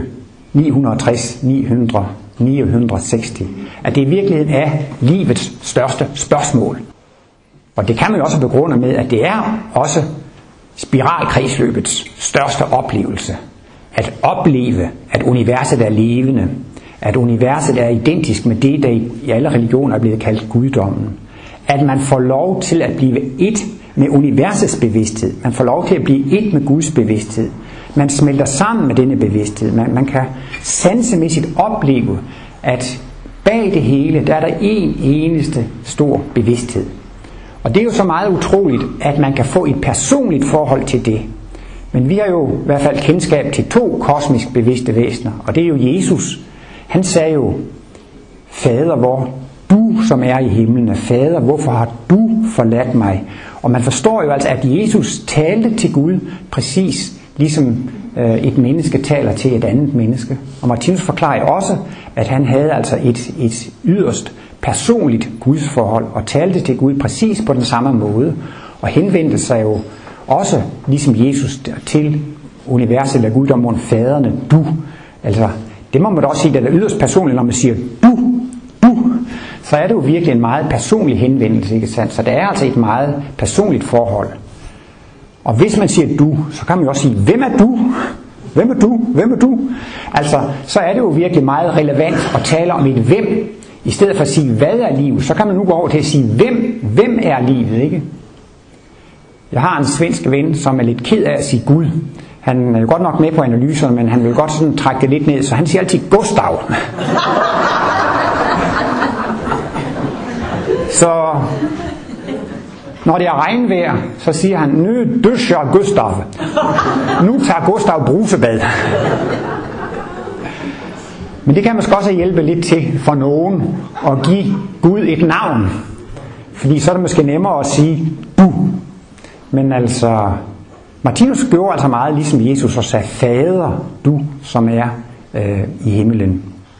S1: 960, at det i virkeligheden er livets største spørgsmål. Og det kan man jo også begrunde med, at det er også spiralkredsløbets største oplevelse. At opleve, at universet er levende, at universet er identisk med det, der i alle religioner er blevet kaldt guddommen. At man får lov til at blive et med universets bevidsthed. Man får lov til at blive et med Guds bevidsthed. Man smelter sammen med denne bevidsthed. Man kan sansemæssigt opleve, at bag det hele, der er der en eneste stor bevidsthed. Og det er jo så meget utroligt, at man kan få et personligt forhold til det. Men vi har jo i hvert fald kendskab til to kosmisk bevidste væsener, og det er jo Jesus. Han sagde jo, Fader, hvor du som er i himlen, Fader, hvorfor har du forladt mig? Og man forstår jo altså, at Jesus talte til Gud præcis ligesom et menneske taler til et andet menneske. Og Martinus forklarer også, at han havde altså et yderst personligt gudsforhold og talte til Gud præcis på den samme måde, og henvendte sig jo også ligesom Jesus til universet eller guddommen, faderne, du. Altså, det må man da også sige, det er yderst personligt, når man siger du, så er det jo virkelig en meget personlig henvendelse, ikke sandt? Så det er altså et meget personligt forhold. Og hvis man siger du, så kan man jo også sige, hvem er du? Hvem er du? Hvem er du? Altså, så er det jo virkelig meget relevant at tale om et hvem, i stedet for at sige, hvad er livet, så kan man nu gå over til at sige, hvem er livet, ikke? Jeg har en svensk ven, som er lidt ked af at sige Gud. Han er jo godt nok med på analyserne, men han vil godt sådan trække det lidt ned, så han siger altid Gustav. Så når det er regnvejr, så siger han, nu duscher Gustav. Nu tager Gustav brusebad. Men det kan måske også hjælpe lidt til for nogen at give Gud et navn. Fordi så er det måske nemmere at sige du. Men altså, Martinus gjorde altså meget ligesom Jesus og sagde, Fader, du som er i himlen.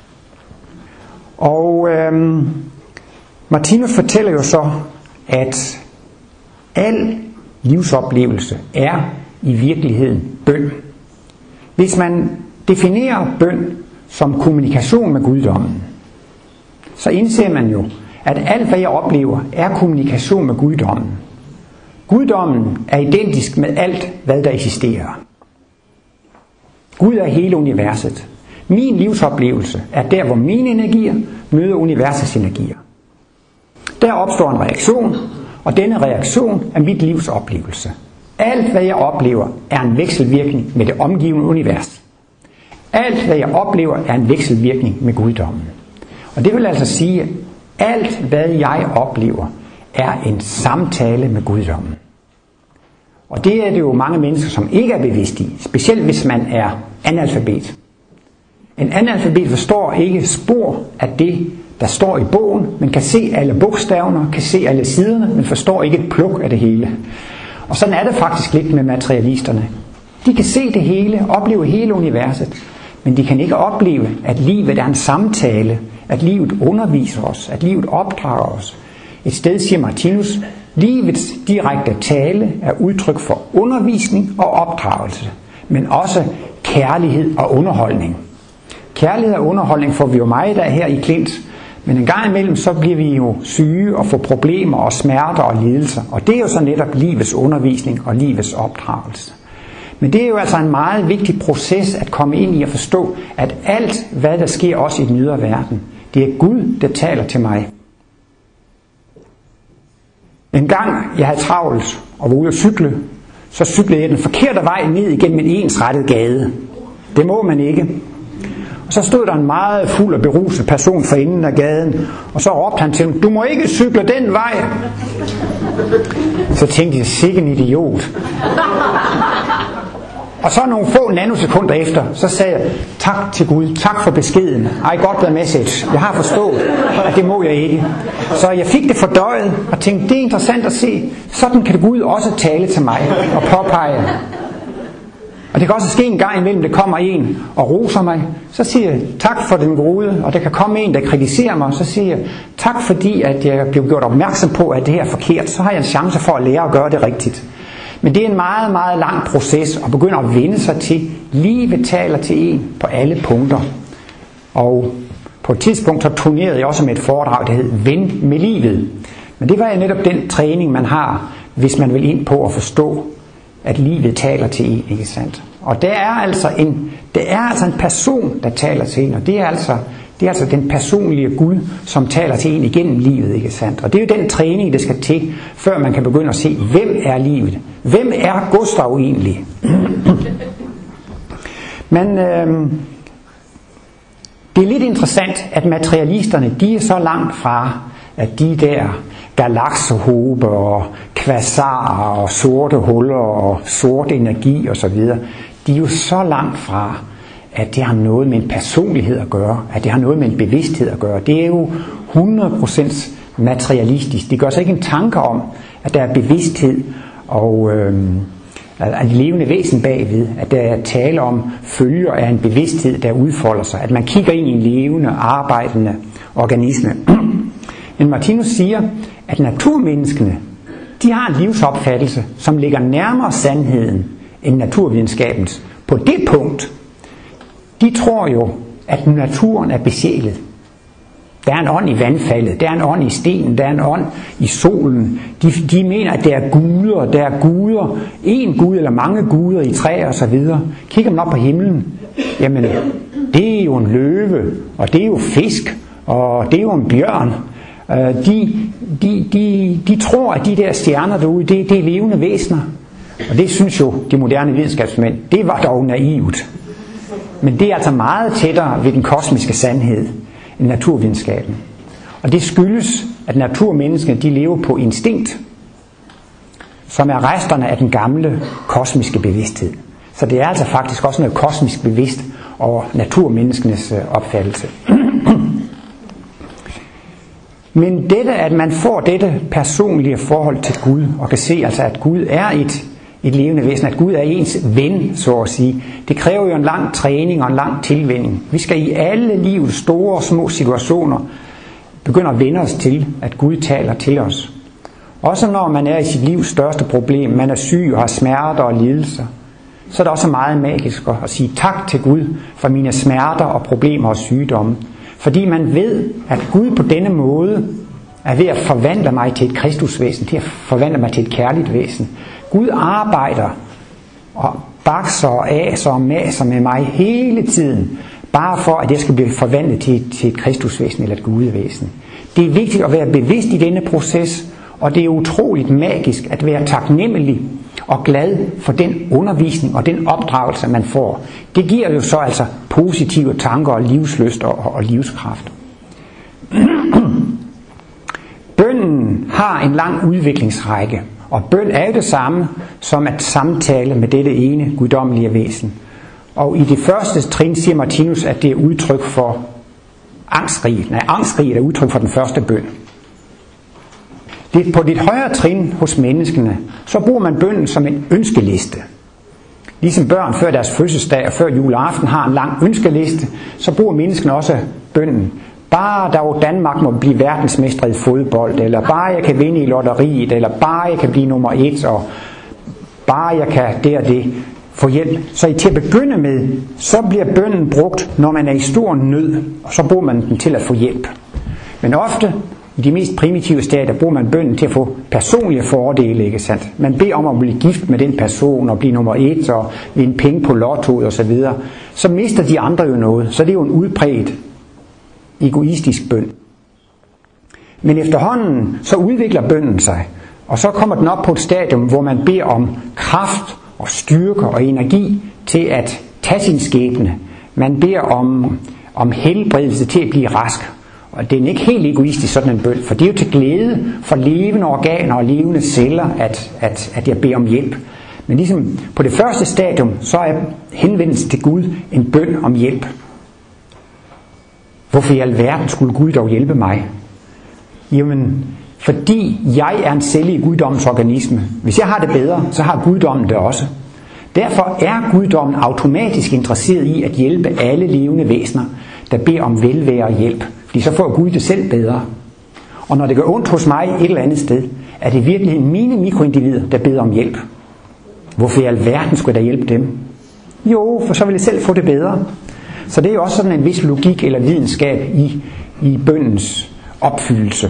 S1: Og Martinus fortæller jo så, at al livsoplevelse er i virkeligheden bøn. Hvis man definerer bøn som kommunikation med guddommen, så indser man jo, at alt hvad jeg oplever er kommunikation med guddommen. Guddommen er identisk med alt hvad der eksisterer. Gud er hele universet. Min livsoplevelse er der hvor mine energier møder universets energier. Der opstår en reaktion, og denne reaktion er mit livs oplevelse. Alt hvad jeg oplever er en vekselvirkning med det omgivende univers. Alt hvad jeg oplever er en vekselvirkning med guddommen. Og det vil altså sige, at alt hvad jeg oplever er en samtale med guddommen. Og det er det jo mange mennesker, som ikke er bevidst i, specielt hvis man er analfabet. En analfabet forstår ikke spor af det, der står i bogen, men kan se alle bogstaverne, kan se alle siderne, men forstår ikke et pluk af det hele. Og sådan er det faktisk lidt med materialisterne. De kan se det hele, opleve hele universet, men de kan ikke opleve, at livet er en samtale, at livet underviser os, at livet opdrager os. Et sted siger Martinus, livets direkte tale er udtryk for undervisning og opdragelse, men også kærlighed og underholdning. Kærlighed og underholdning får vi jo meget af her i Klint, men en gang imellem så bliver vi jo syge og får problemer og smerter og lidelser, og det er jo så netop livets undervisning og livets opdragelse. Men det er jo altså en meget vigtig proces at komme ind i at forstå, at alt hvad der sker også i den ydre verden, det er Gud, der taler til mig. En gang jeg havde travlt og var ude at cykle, så cyklede jeg den forkerte vej ned igennem en ensrettet gade. Det må man ikke. Og så stod der en meget fuld og beruset person for enden af gaden, og så råbte han til mig, du må ikke cykle den vej. Så tænkte jeg, sikke en idiot. Og så nogle få nanosekunder efter, så sagde jeg, tak til Gud, tak for beskeden, I got the message, jeg har forstået, at det må jeg ikke. Så jeg fik det fordøjet og tænkte, det er interessant at se, sådan kan Gud også tale til mig og påpege. Og det kan også ske en gang imellem, det kommer en og roser mig, så siger jeg tak for den gode, og der kan komme en, der kritiserer mig, så siger jeg tak fordi, at jeg blev gjort opmærksom på, at det her er forkert, så har jeg en chance for at lære at gøre det rigtigt. Men det er en meget, meget lang proces at begynde at vende sig til, livet taler til en på alle punkter. Og på et tidspunkt så turnerede jeg også med et foredrag, der hed Ven med livet. Men det var jo netop den træning, man har, hvis man vil ind på at forstå, at livet taler til en, ikke sandt? Og der er altså en person, der taler til en, og det er altså den personlige Gud, som taler til en igennem livet, ikke sandt? Og det er jo den træning, der skal til, før man kan begynde at se, hvem er livet? Hvem er Gustav egentlig? Men det er lidt interessant, at materialisterne, de er så langt fra, at de der galaksehobe og kvasarer og sorte huller og sort energi osv., de er jo så langt fra, at det har noget med en personlighed at gøre, at det har noget med en bevidsthed at gøre. Det er jo 100% materialistisk. De gør sig ikke en tanke om, at der er bevidsthed og at levende væsen bagved, at der er tale om følger af en bevidsthed, der udfolder sig, at man kigger ind i en levende, arbejdende organisme. Men Martinus siger, at naturmenneskene, de har en livsopfattelse, som ligger nærmere sandheden end naturvidenskabens. På det punkt, de tror jo, at naturen er besjælet. Der er en ånd i vandfaldet, der er en ånd i stenen, der er en ånd i solen. De mener, at der er guder, en gud eller mange guder i træer og så videre. Kigger man op på himlen, jamen det er jo en løve, og det er jo fisk, og det er jo en bjørn. De tror, at de der stjerner derude, det er levende væsener. Og det synes jo de moderne videnskabsmænd, det var dog naivt. Men det er altså meget tættere ved den kosmiske sandhed end naturvidenskaben. Og det skyldes at naturmenneskene de lever på instinkt, som er resterne af den gamle kosmiske bevidsthed. Så det er altså faktisk også noget kosmisk bevidst over naturmenneskenes opfattelse. Men dette, at man får dette personlige forhold til Gud, og kan se altså, at Gud er et levende væsen, at Gud er ens ven, så at sige, det kræver jo en lang træning og en lang tilvænning. Vi skal i alle livets store og små situationer begynde at vende os til, at Gud taler til os. Også når man er i sit livs største problem, man er syg og har smerter og lidelser, så er det også meget magisk at sige tak til Gud for mine smerter og problemer og sygdomme. Fordi man ved, at Gud på denne måde er ved at forvandle mig til et kristusvæsen, til at forvandle mig til et kærligt væsen. Gud arbejder og bakser og aser og maser med mig hele tiden, bare for at jeg skal blive forvandlet til et kristusvæsen eller et gudevæsen. Det er vigtigt at være bevidst i denne proces, og det er utroligt magisk at være taknemmelig og glad for den undervisning og den opdragelse, man får. Det giver jo så altså positive tanker og livslyst og livskraft. Bønnen har en lang udviklingsrække, og bøn er jo det samme som at samtale med dette ene guddommelige væsen. Og i det første trin siger Martinus, at det er udtryk for angstriget. Nej, angstriget er udtryk for den første bøn. På det højere trin hos menneskene, så bruger man bønnen som en ønskeliste. Ligesom børn før deres fødselsdag og før juleaften har en lang ønskeliste, så bruger menneskene også bønnen. Bare dog Danmark må blive verdensmester i fodbold, eller bare jeg kan vinde i lotteriet, eller bare jeg kan blive nummer 1, og bare jeg kan det og det få hjælp. Så til at begynde med, så bliver bønnen brugt, når man er i stor nød, og så bruger man den til at få hjælp. Men ofte, i de mest primitive stadier, bruger man bønnen til at få personlige fordele, ikke sandt? Man beder om at blive gift med den person, og blive nummer 1, og vinde penge på lottoet osv. Så mister de andre jo noget, så det er jo en udpræget egoistisk bøn. Men efterhånden, så udvikler bønnen sig, og så kommer den op på et stadium, hvor man beder om kraft og styrke og energi til at tage sin skæbne. Man beder om helbredelse til at blive rask. Og det er ikke helt egoistisk sådan en bøn, for det er jo til glæde for levende organer og levende celler, at jeg beder om hjælp. Men ligesom på det første stadium, så er henvendelsen til Gud en bøn om hjælp. Hvorfor i alverden skulle Gud dog hjælpe mig? Jamen, fordi jeg er en celle i guddommens organisme. Hvis jeg har det bedre, så har guddommen det også. Derfor er guddommen automatisk interesseret i at hjælpe alle levende væsener, der beder om velvære og hjælp. Fordi så får Gud det selv bedre. Og når det gør ondt hos mig et eller andet sted, er det virkelig mine mikroindivider, der beder om hjælp. Hvorfor i alverden skulle jeg da hjælpe dem? Jo, for så vil jeg selv få det bedre. Så det er jo også sådan en vis logik eller videnskab i bønnens opfyldelse.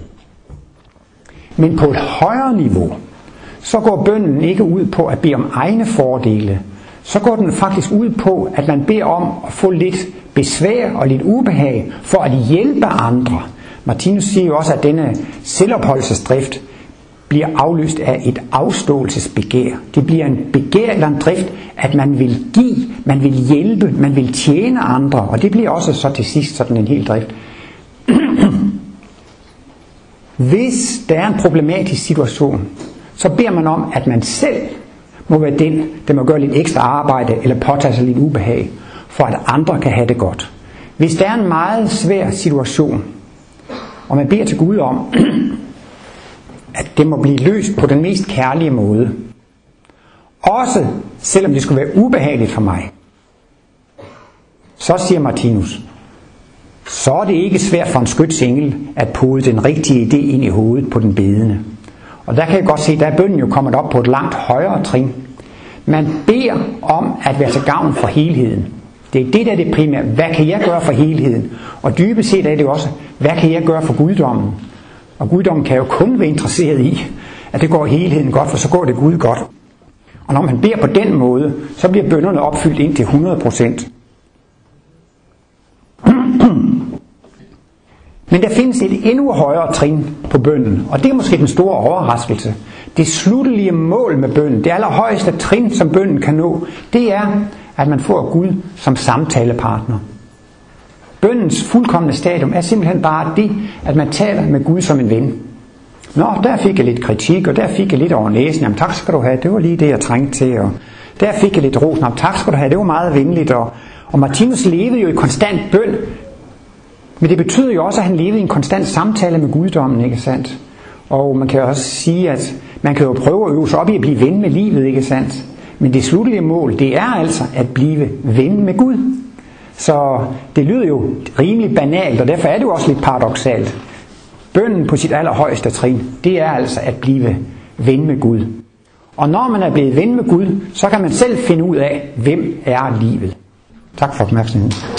S1: Men på et højere niveau, så går bønnen ikke ud på at bede om egne fordele. Så går den faktisk ud på, at man beder om at få lidt besvær og lidt ubehag for at hjælpe andre. Martinus siger jo også, at denne selvopholdelsesdrift bliver afløst af et afståelsesbegær. Det bliver en begær eller en drift, at man vil give, man vil hjælpe, man vil tjene andre, og det bliver også så til sidst sådan en hel drift. Hvis der er en problematisk situation, så beder man om, at man selv må være den, der må gøre lidt ekstra arbejde eller påtage sig lidt ubehag, for at andre kan have det godt. Hvis der er en meget svær situation, og man beder til Gud om, at det må blive løst på den mest kærlige måde, også selvom det skulle være ubehageligt for mig, så siger Martinus, så er det ikke svært for en skytsengel at pode den rigtige idé ind i hovedet på den bedende. Og der kan jeg godt se, der er bønnen jo kommet op på et langt højere trin. Man beder om at være til gavn for helheden. Det er det, der er det primære. Hvad kan jeg gøre for helheden? Og dybest set er det jo også, hvad kan jeg gøre for guddommen? Og guddommen kan jo kun være interesseret i, at det går helheden godt, for så går det Gud godt. Og når man beder på den måde, så bliver bønnerne opfyldt ind til 100%. Men der findes et endnu højere trin på bønnen, og det er måske den store overraskelse. Det sluttelige mål med bønnen, det allerhøjeste trin, som bønnen kan nå, det er, at man får Gud som samtalepartner. Bønnens fuldkomne stadium er simpelthen bare det, at man taler med Gud som en ven. Nå, der fik jeg lidt kritik, og der fik jeg lidt over næsen. Jamen tak skal du have, det var lige det, jeg trængte til. Og der fik jeg lidt ros. Jamen tak skal du have, det var meget venligt. Og Martinus levede jo i konstant bøn. Men det betyder jo også, at han levede i en konstant samtale med guddommen, ikke sandt? Og man kan også sige, at man kan jo prøve at øve sig op i at blive ven med livet, ikke sandt? Men det sluttelige mål, det er altså at blive ven med Gud. Så det lyder jo rimelig banalt, og derfor er det jo også lidt paradoksalt. Bønnen på sit allerhøjeste trin, det er altså at blive ven med Gud. Og når man er blevet ven med Gud, så kan man selv finde ud af, hvem er livet. Tak for opmærksomheden.